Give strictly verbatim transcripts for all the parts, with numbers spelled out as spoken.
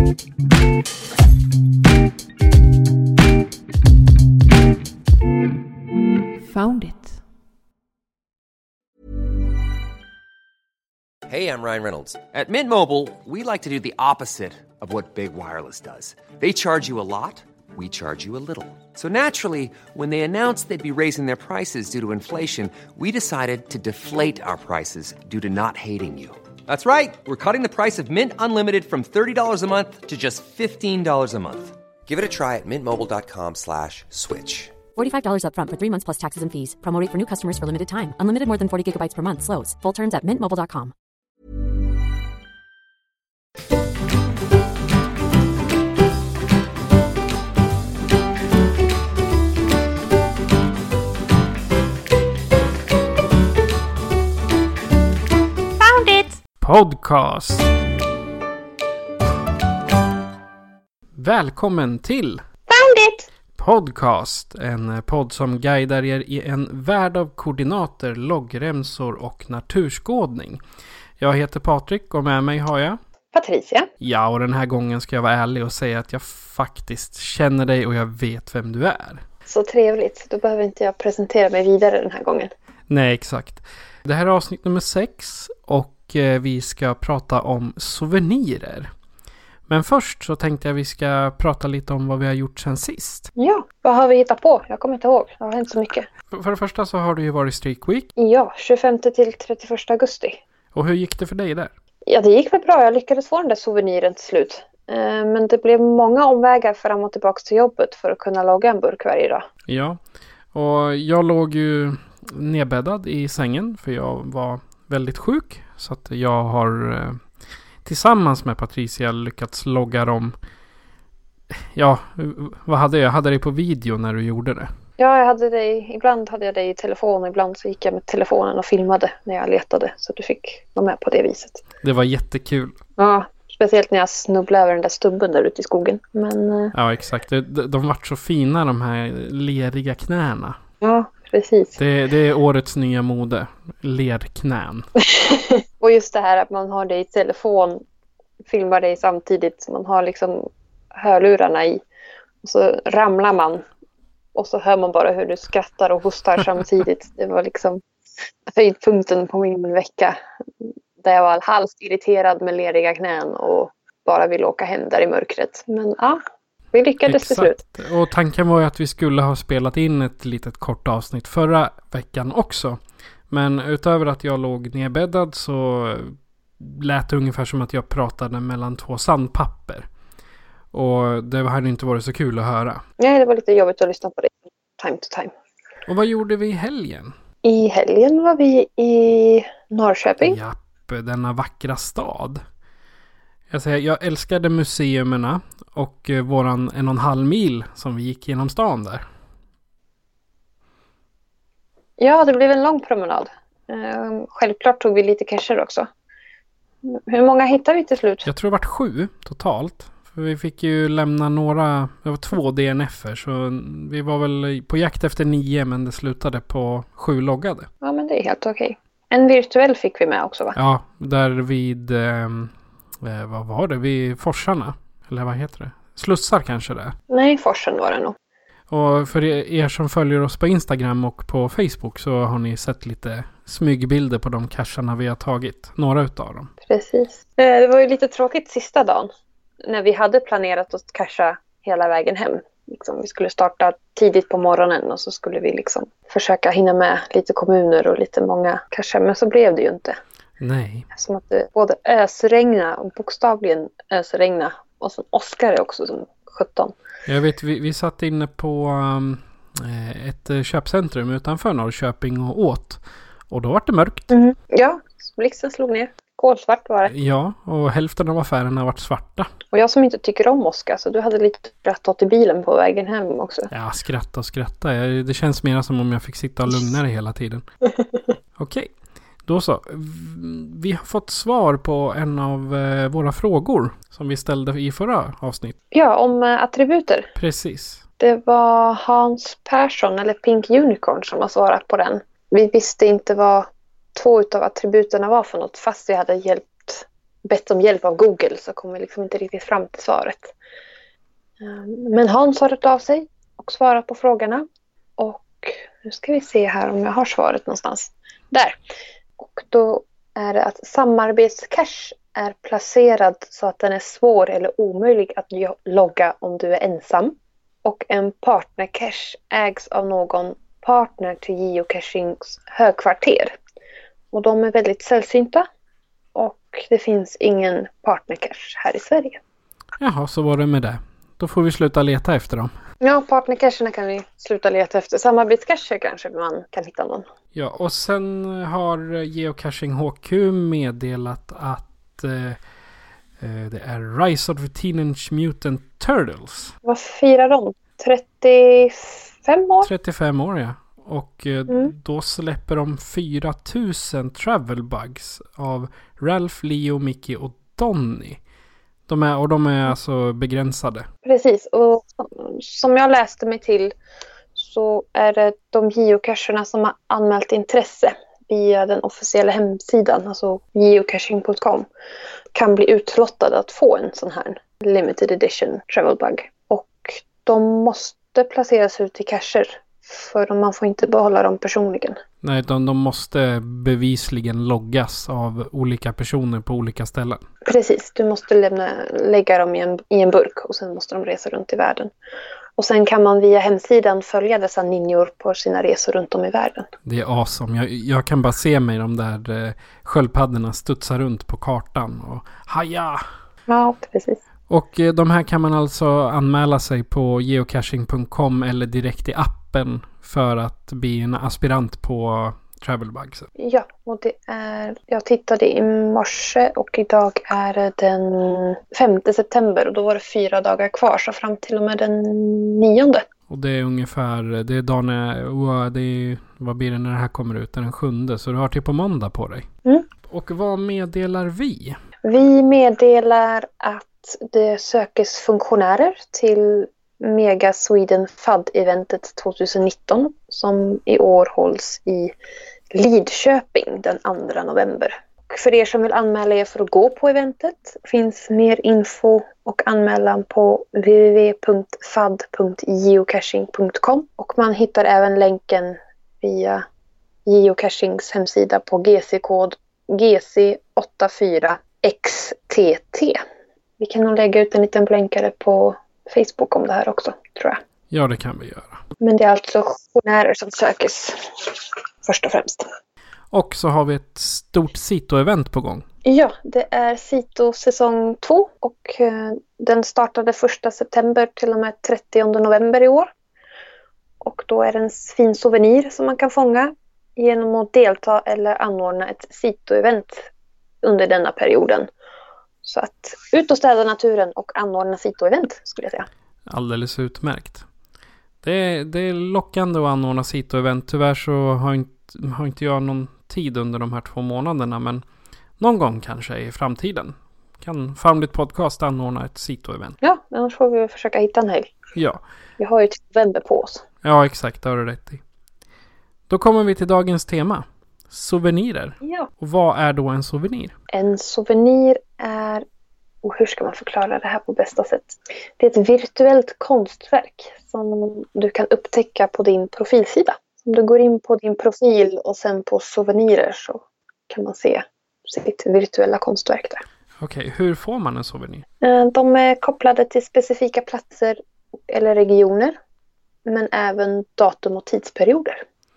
Found it. Hey, I'm Ryan Reynolds. At Mint Mobile, we like to do the opposite of what Big Wireless does. They charge you a lot, we charge you a little. So naturally, when they announced they'd be raising their prices due to inflation, we decided to deflate our prices due to not hating you. That's right. We're cutting the price of Mint Unlimited from thirty dollars a month to just fifteen dollars a month. Give it a try at mintmobile.com slash switch. forty-five dollars up front for three months plus taxes and fees. Promo rate for new customers for limited time. Unlimited more than forty gigabytes per month. Slows full terms at mint mobile dot com. Found it! Podcast. Välkommen till Found it! Podcast, en podd som guidar er i en värld av koordinater, loggremsor och naturskådning. Jag heter Patrik och med mig har jag Patricia. Ja, och den här gången ska jag vara ärlig och säga att jag faktiskt känner dig och jag vet vem du är. Så trevligt, då behöver inte jag presentera mig vidare den här gången. Nej, exakt. Det här är avsnitt nummer sex och eh, vi ska prata om souvenirer. Men först så tänkte jag vi ska prata lite om vad vi har gjort sen sist. Ja, vad har vi hittat på? Jag kommer inte ihåg, det har hänt så mycket. För det första så har det ju varit Streak Week. Ja, tjugofemte till trettioförsta augusti. Och hur gick det för dig där? Ja, det gick väl bra. Jag lyckades få den där souveniren till slut. Eh, men det blev många omvägar fram och tillbaka till jobbet för att kunna logga en burk varje dag. Ja, och jag låg ju nedbäddad i sängen för jag var väldigt sjuk. Så att jag har eh, tillsammans med Patricia lyckats logga dem. Ja, vad hade jag? Jag hade det på video när du gjorde det. Ja, jag hade det i, ibland hade jag det i telefon och ibland så gick jag med telefonen och filmade när jag letade. Så du fick vara med på det viset. Det var jättekul. Ja, speciellt när jag snubblade över den där stubben där ute i skogen. Men, eh... Ja, exakt. De, de var så fina, de här leriga knäna. Ja, precis. Det, det är årets nya mode. Lerknän. Och just det här att man har det i telefon, filmar det samtidigt. Man har liksom hörlurarna i. Och så ramlar man. Och så hör man bara hur du skrattar och hostar samtidigt. Det var liksom höjdpunkten på min vecka. Där jag var halvt irriterad med leriga knän och bara ville åka hem där i mörkret. Men ja, vi lyckades till slut. Och tanken var ju att vi skulle ha spelat in ett litet kort avsnitt förra veckan också. Men utöver att jag låg nedbäddad så lät det ungefär som att jag pratade mellan två sandpapper. Och det hade inte varit så kul att höra. Nej, det var lite jobbigt att lyssna på det time to time. Och vad gjorde vi i helgen? I helgen var vi i Norrköping. Japp, denna vackra stad. Jag säger, jag älskade museumerna och våran en och en halv mil som vi gick genom stan där. Ja, det blev en lång promenad. Självklart tog vi lite cacher också. Hur många hittade vi till slut? Jag tror det var sju totalt. För vi fick ju lämna några, det var två D N F-er så vi var väl på jakt efter nio men det slutade på sju loggade. Ja, men det är helt okej. En virtuell fick vi med också, va? Ja, där vid, eh, vad var det? Vid forsarna? Eller vad heter det? Slussar kanske det? Nej, forsen var det nog. Och för er som följer oss på Instagram och på Facebook så har ni sett lite smygbilder på de cacherna vi har tagit. Några utav dem. Precis. Det var ju lite tråkigt sista dagen. När vi hade planerat att casha hela vägen hem. Liksom, vi skulle starta tidigt på morgonen och så skulle vi liksom försöka hinna med lite kommuner och lite många cacher. Men så blev det ju inte. Nej. Som att det både ösregna och bokstavligen ösregna. Och så åskade också som sjutton. Jag vet, vi, vi satt inne på um, ett köpcentrum utanför Norrköping och åt. Och då var det mörkt. Mm. Ja, blixten slog ner. Kolsvart var det. Ja, och hälften av affärerna har varit svarta. Och jag som inte tycker om åska, så du hade lite skrattat i bilen på vägen hem också. Ja, skratta och skratta. Det känns mer som om jag fick sitta och lugna dig hela tiden. Okej, då så. Vi har fått svar på en av våra frågor som vi ställde i förra avsnitt. Ja, om attributer. Precis. Det var Hans Persson eller Pink Unicorn som har svarat på den. Vi visste inte vad två utav attributerna var för något, fast vi hade hjälpt bett om hjälp av Google så kommer vi liksom inte riktigt fram till svaret. Men Hans har hört av sig och svarat på frågorna. Och nu ska vi se här om jag har svaret någonstans. Där. Och då är det att samarbetscache är placerad så att den är svår eller omöjlig att logga om du är ensam. Och en partnercache ägs av någon partner till geocachings högkvarter. Och de är väldigt sällsynta. Och det finns ingen partnercache här i Sverige. Jaha, så var det med det. Då får vi sluta leta efter dem. Ja, partnercacherna kan vi sluta leta efter. Samarbetscacher kanske man kan hitta någon. Ja, och sen har Geocaching H Q meddelat att eh, det är Rise of the Teenage Mutant Turtles. Vad firar de? trettiofem år? trettiofem år, ja. Och eh, mm. då släpper de fyra tusen travel bugs av Ralph, Leo, Mickey och Donny. De är, och de är alltså begränsade. Precis, och som jag läste mig till så är det de geocacherna som har anmält intresse via den officiella hemsidan, alltså geocaching punkt com, kan bli utlottade att få en sån här limited edition travel bug. Och de måste placeras ut i cacher, för man får inte behålla dem personligen. Nej, de, de måste bevisligen loggas av olika personer på olika ställen. Precis, du måste lämna, lägga dem i en, i en burk och sen måste de resa runt i världen. Och sen kan man via hemsidan följa dessa ninjor på sina resor runt om i världen. Det är awesome. Jag, jag kan bara se mig de där eh, sköldpaddorna studsa runt på kartan och haja! Ja, precis. Och eh, de här kan man alltså anmäla sig på geocaching punkt com eller direkt i appen för att bli en aspirant på Travelbugs. Ja, och det är, jag tittade i morse och idag är det den femte september och då var det fyra dagar kvar, så fram till och med den nionde. Och det är ungefär, det är dagen, det är, vad blir det när det här kommer ut, den sjunde, så du har till på måndag på dig. Mm. Och vad meddelar vi? Vi meddelar att det sökes funktionärer till Mega Sweden F A D-eventet tjugonitton som i år hålls i Lidköping den andra november. Och för er som vill anmäla er för att gå på eventet finns mer info och anmälan på w w w punkt fad punkt geocaching punkt com och man hittar även länken via Geocachings hemsida på G C-kod G C åtta fyra X T T. Vi kan nog lägga ut en liten blänkare på Facebook om det här också, tror jag. Ja, det kan vi göra. Men det är alltså funktionärer som sökes först och främst. Och så har vi ett stort Sito-event på gång. Ja, det är Sito säsong två och eh, den startade första september till och med trettionde november i år. Och då är det en fin souvenir som man kan fånga genom att delta eller anordna ett Sito-event under denna perioden. Så att ut och städa naturen och anordna Sito-event skulle jag säga. Alldeles utmärkt. Det är, det är lockande att anordna Sito-event. Tyvärr så har inte, har inte jag någon tid under de här två månaderna. Men någon gång kanske i framtiden kan Foundit Podcast anordna ett Sito-event. Ja, annars får vi försöka hitta en helg. Ja. Vi har ju till november på oss. Ja, exakt. Det har du rätt i. Då kommer vi till dagens tema. Souvenirer. Ja. Och vad är då en souvenir? En souvenir är, och hur ska man förklara det här på bästa sätt? Det är ett virtuellt konstverk som du kan upptäcka på din profilsida. Om du går in på din profil och sen på souvenirer så kan man se sitt virtuella konstverk där. Okej, okay, hur får man en souvenir? De är kopplade till specifika platser eller regioner, men även datum och tidsperioder.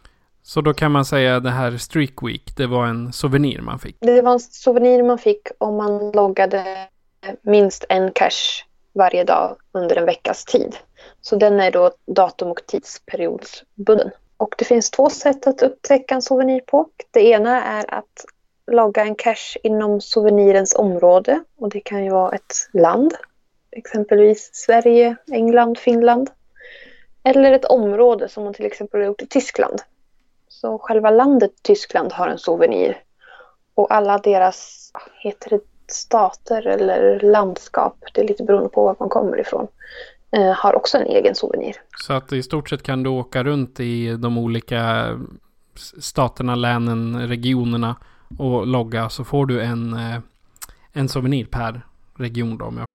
Så då kan man säga att det här Streak Week, det var en souvenir man fick? Det var en souvenir man fick om man loggade minst en cache varje dag under en veckas tid. Så den är då datum- och tidsperiodsbunden. Och det finns två sätt att upptäcka en souvenir på. Det ena är att logga en cache inom souvenirens område. Och det kan ju vara ett land. Exempelvis Sverige, England, Finland. Eller ett område som man till exempel har gjort i Tyskland. Så själva landet Tyskland har en souvenir. Och alla deras, heter det stater eller landskap, det är lite beroende på var man kommer ifrån, eh, har också en egen souvenir. Så att i stort sett kan du åka runt i de olika staterna, länen, regionerna och logga, så får du en, en souvenir per region då. Om jag...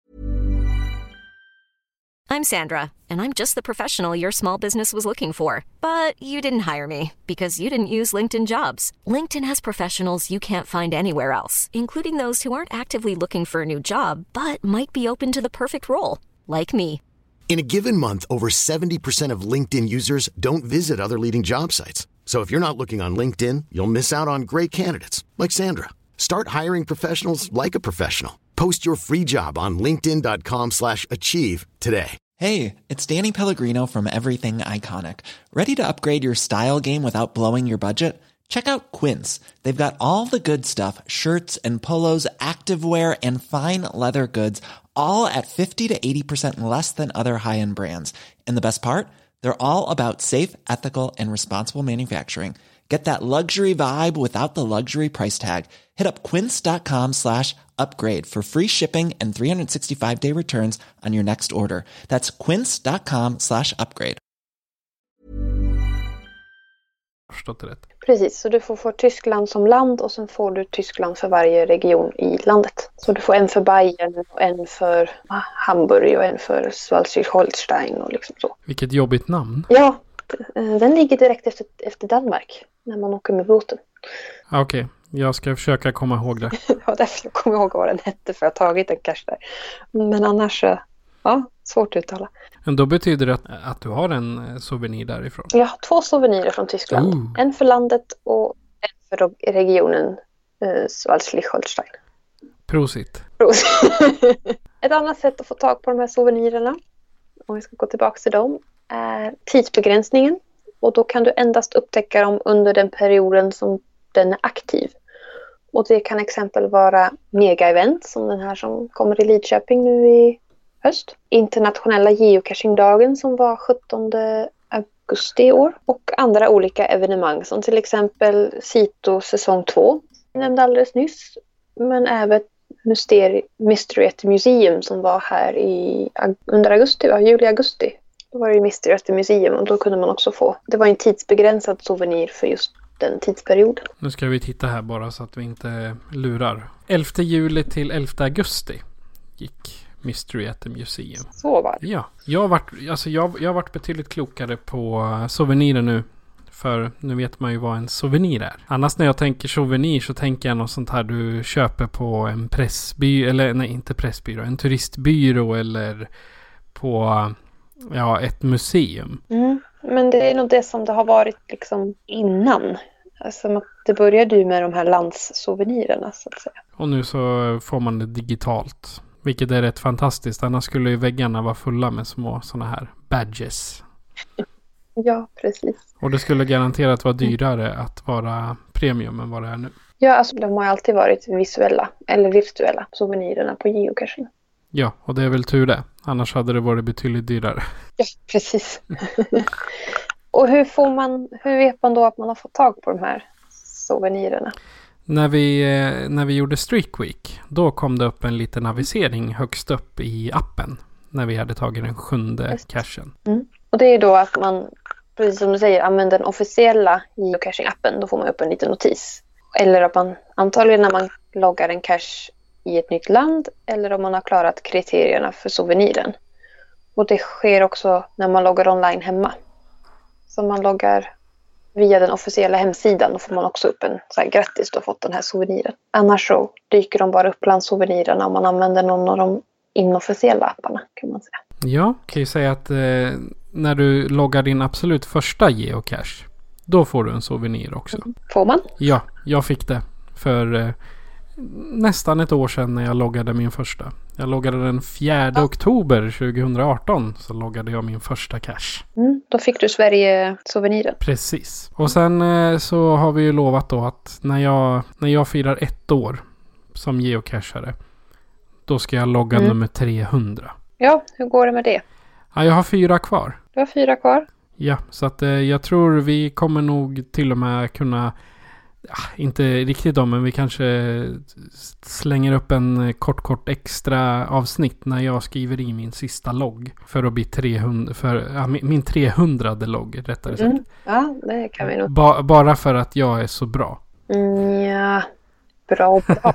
I'm Sandra, and I'm just the professional your small business was looking for. But you didn't hire me because you didn't use LinkedIn Jobs. LinkedIn has professionals you can't find anywhere else, including those who aren't actively looking for a new job, but might be open to the perfect role, like me. In a given month, over seventy percent of LinkedIn users don't visit other leading job sites. So if you're not looking on LinkedIn, you'll miss out on great candidates like Sandra. Start hiring professionals like a professional. Post your free job on linkedin dot com slash achieve today. Hey, it's Danny Pellegrino from Everything Iconic. Ready to upgrade your style game without blowing your budget? Check out Quince. They've got all the good stuff, shirts and polos, activewear, and fine leather goods, all at fifty to eighty percent less than other high-end brands. And the best part? They're all about safe, ethical, and responsible manufacturing. Get that luxury vibe without the luxury price tag. Hit up quince.com slash upgrade for free shipping and three sixty-five day returns on your next order. That's quince.com slash upgrade. Förstått det rätt. Precis, så du får få Tyskland som land och sen får du Tyskland för varje region i landet. Så du får en för Bayern och en för Hamburg och en för Schleswig-Holstein och liksom så. Vilket jobbigt namn. Ja, den ligger direkt efter, efter Danmark när man åker med båten. Okej, okay. Jag ska försöka komma ihåg det. Ja, därför jag kommer ihåg vad den hette för att jag har tagit en cash där. Men annars, ja, svårt att uttala. Men då betyder det att, att du har en souvenir därifrån? Jag har två souvenirer från Tyskland. Ooh. En för landet och en för regionen eh, Schleswig-Holstein. Prosit. Prosit. Ett annat sätt att få tag på de här souvenirerna, om vi ska gå tillbaka till dem, är tidsbegränsningen. Och då kan du endast upptäcka dem under den perioden som den är aktiv. Och det kan exempel vara mega-event som den här som kommer i Lidköping nu i höst. Internationella geocachingdagen som var sjuttonde augusti i år. Och andra olika evenemang som till exempel Sito säsong två. Jag nämnde alldeles nyss. Men även Mystery, Mystery at the Museum som var här i, under augusti, va? juli-augusti. Då var det ju Mystery at the Museum och då kunde man också få. Det var en tidsbegränsad souvenir för just den tidsperioden. Nu ska vi titta här bara så att vi inte lurar. elfte juli till elfte augusti gick Mystery at the Museum. Så var det. Ja, jag har varit, alltså jag, jag har varit betydligt klokare på souvenirer nu. För nu vet man ju vad en souvenir är. Annars när jag tänker souvenir så tänker jag något sånt här du köper på en pressbyrå. Eller nej, inte pressbyrå. En turistbyrå eller på ja, ett museum. Mm, men det är nog det som det har varit liksom innan. Alltså det började ju med de här landssouvenirerna så att säga. Och nu så får man det digitalt. Vilket är rätt fantastiskt. Annars skulle ju väggarna vara fulla med små såna här badges. Ja, precis. Och det skulle garanterat vara dyrare att vara premium än vad det är nu. Ja, alltså de har ju alltid varit visuella eller virtuella souvenirerna på geocaching. Ja, och det är väl tur det. Annars hade det varit betydligt dyrare. Ja, precis. Och hur får man, hur vet man då att man har fått tag på de här souvenirerna? När vi, när vi gjorde Streak Week, då kom det upp en liten avisering högst upp i appen. När vi hade tagit den sjunde cachen. Mm. Och det är då att man, precis som du säger, använder den officiella geocaching-appen. Då får man upp en liten notis. Eller att man, antagligen när man loggar en cache i ett nytt land. Eller om man har klarat kriterierna för souveniren. Och det sker också när man loggar online hemma. Så man loggar via den officiella hemsidan. Då får man också upp en så här, grattis, du har fått den här souveniren. Annars så dyker de bara upp bland souvenirerna om man använder någon av de inofficiella apparna kan man säga. Ja, kan ju säga att eh, när du loggar din absolut första geocache, då får du en souvenir också. Får man? Ja, jag fick det för eh, nästan ett år sedan när jag loggade min första. Jag loggade den fjärde oktober tjugoarton så loggade jag min första cache. Mm, då fick du Sverige-souveniren. Precis. Och sen eh, så har vi ju lovat då att när jag, när jag firar ett år som geocachare, då ska jag logga mm. nummer trehundra. Ja, hur går det med det? Ja, jag har fyra kvar. Du har fyra kvar? Ja, så att eh, jag tror vi kommer nog till och med kunna, ja, inte riktigt då, men vi kanske slänger upp en kort, kort extra avsnitt när jag skriver i min sista logg. För att bli trehundra, för ja, min, min trehundrade logg, rättare sagt. Mm. Ja, det kan vi nog. Ba, bara för att jag är så bra. Mm, ja, Bra, bra.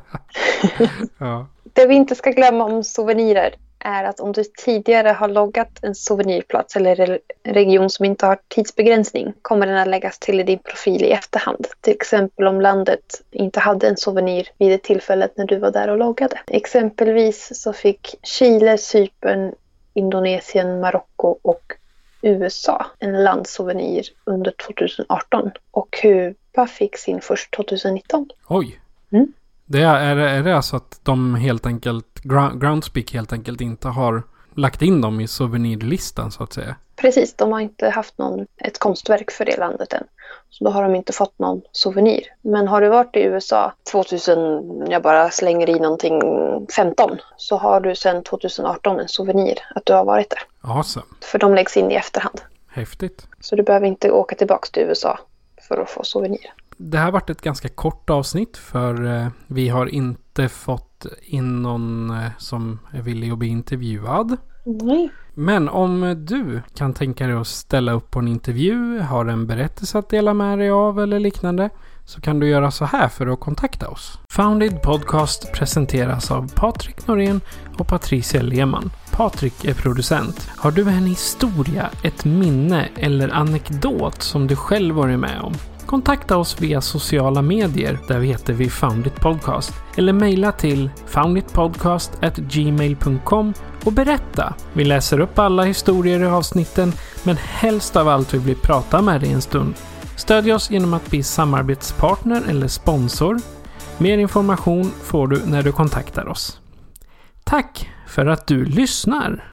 Ja. Det vi inte ska glömma om souvenirer är att om du tidigare har loggat en souvenirplats eller en region som inte har tidsbegränsning kommer den att läggas till i din profil i efterhand. Till exempel om landet inte hade en souvenir vid det tillfället när du var där och loggade. Exempelvis så fick Chile, Cypern, Indonesien, Marocko och U S A en landsouvenir under tjugoarton och Kuba fick sin först tjugonitton. Oj. Mm. Det är, är det alltså att de helt enkelt, Groundspeak helt enkelt inte har lagt in dem i souvenirlistan så att säga? Precis, de har inte haft någon, ett konstverk för det landet än. Så då har de inte fått någon souvenir. Men har du varit i U S A tvåtusen, jag bara slänger i någonting, femton, så har du sedan tjugoarton en souvenir att du har varit där. Awesome. För de läggs in i efterhand. Häftigt. Så du behöver inte åka tillbaka till U S A för att få souvenir. Det här har varit ett ganska kort avsnitt för eh, vi har inte fått in någon eh, som är villig att bli intervjuad. Nej. Men om du kan tänka dig att ställa upp på en intervju, har en berättelse att dela med dig av eller liknande, så kan du göra så här för att kontakta oss. Founded Podcast presenteras av Patrik Norén och Patricia Lehmann. Patrik är producent. Har du en historia, ett minne eller anekdot som du själv varit med om? Kontakta oss via sociala medier, där vi heter vi Foundit Podcast. Eller mejla till founditpodcast at gmail dot com och berätta. Vi läser upp alla historier i avsnitten, men helst av allt vill vi prata med dig en stund. Stödj oss genom att bli samarbetspartner eller sponsor. Mer information får du när du kontaktar oss. Tack för att du lyssnar!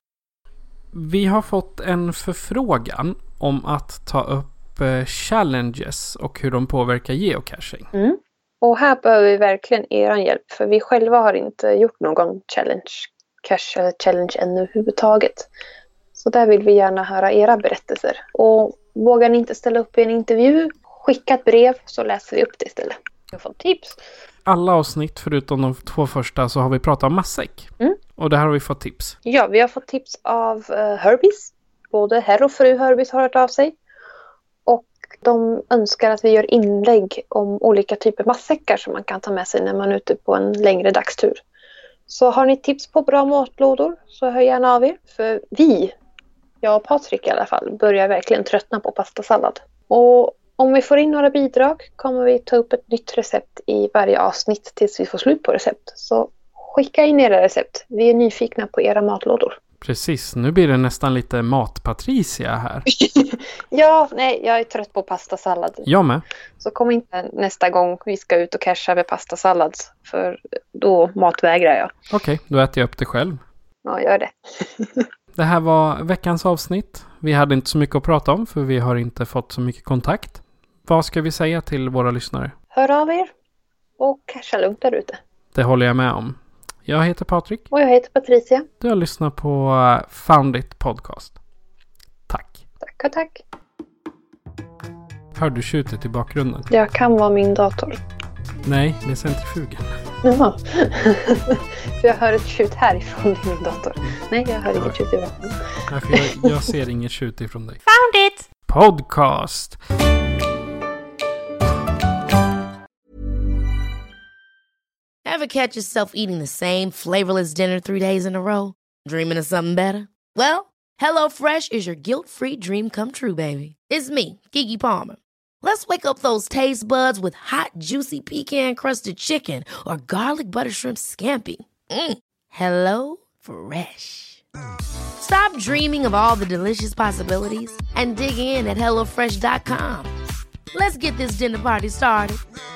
Vi har fått en förfrågan om att ta upp challenges och hur de påverkar geocaching. Mm. Och här behöver vi verkligen er hjälp, för vi själva har inte gjort någon challenge cache eller challenge ännu överhuvudtaget. Så där vill vi gärna höra era berättelser. Och vågar ni inte ställa upp i en intervju, skicka ett brev så läser vi upp det istället. Vi har fått tips. Alla avsnitt förutom de två första så har vi pratat om matsäck. Mm. Och där har vi fått tips. Ja, vi har fått tips av uh, Herbies. Både herr och fru Herbies har hört av sig. Och de önskar att vi gör inlägg om olika typer matsäckar som man kan ta med sig när man är ute på en längre dagstur. Så har ni tips på bra matlådor så hör gärna av er. För vi, jag och Patrik i alla fall, börjar verkligen tröttna på pastasallad. Och om vi får in några bidrag kommer vi ta upp ett nytt recept i varje avsnitt tills vi får slut på recept. Så skicka in era recept. Vi är nyfikna på era matlådor. Precis, nu blir det nästan lite mat-Patricia här. Ja, nej, jag är trött på pastasallad. Jag med. Så kom inte nästa gång vi ska ut och casha med pastasallad, för då matvägrar jag. Okej, okay, då äter jag upp det själv. Ja, gör det. Det här var veckans avsnitt. Vi hade inte så mycket att prata om för vi har inte fått så mycket kontakt. Vad ska vi säga till våra lyssnare? Hör av er och casha lugnt där ute. Det håller jag med om. Jag heter Patrik. Och jag heter Patricia. Du har lyssnat på Foundit Podcast. Tack. Tack och tack. Hör du tjutet i bakgrunden? Jag kan vara min dator. Nej, det är centrifugen. Jaha. För jag hör ett tjut härifrån i min dator. Nej, jag hör inget tjut i bakgrunden. Nej, för jag, jag ser inget tjut ifrån dig. Found it! Podcast! Ever catch yourself eating the same flavorless dinner three days in a row? Dreaming of something better? Well, HelloFresh is your guilt-free dream come true, baby. It's me, Keke Palmer. Let's wake up those taste buds with hot, juicy pecan-crusted chicken or garlic butter shrimp scampi. Mm. Hello Fresh. Stop dreaming of all the delicious possibilities and dig in at hello fresh dot com. Let's get this dinner party started.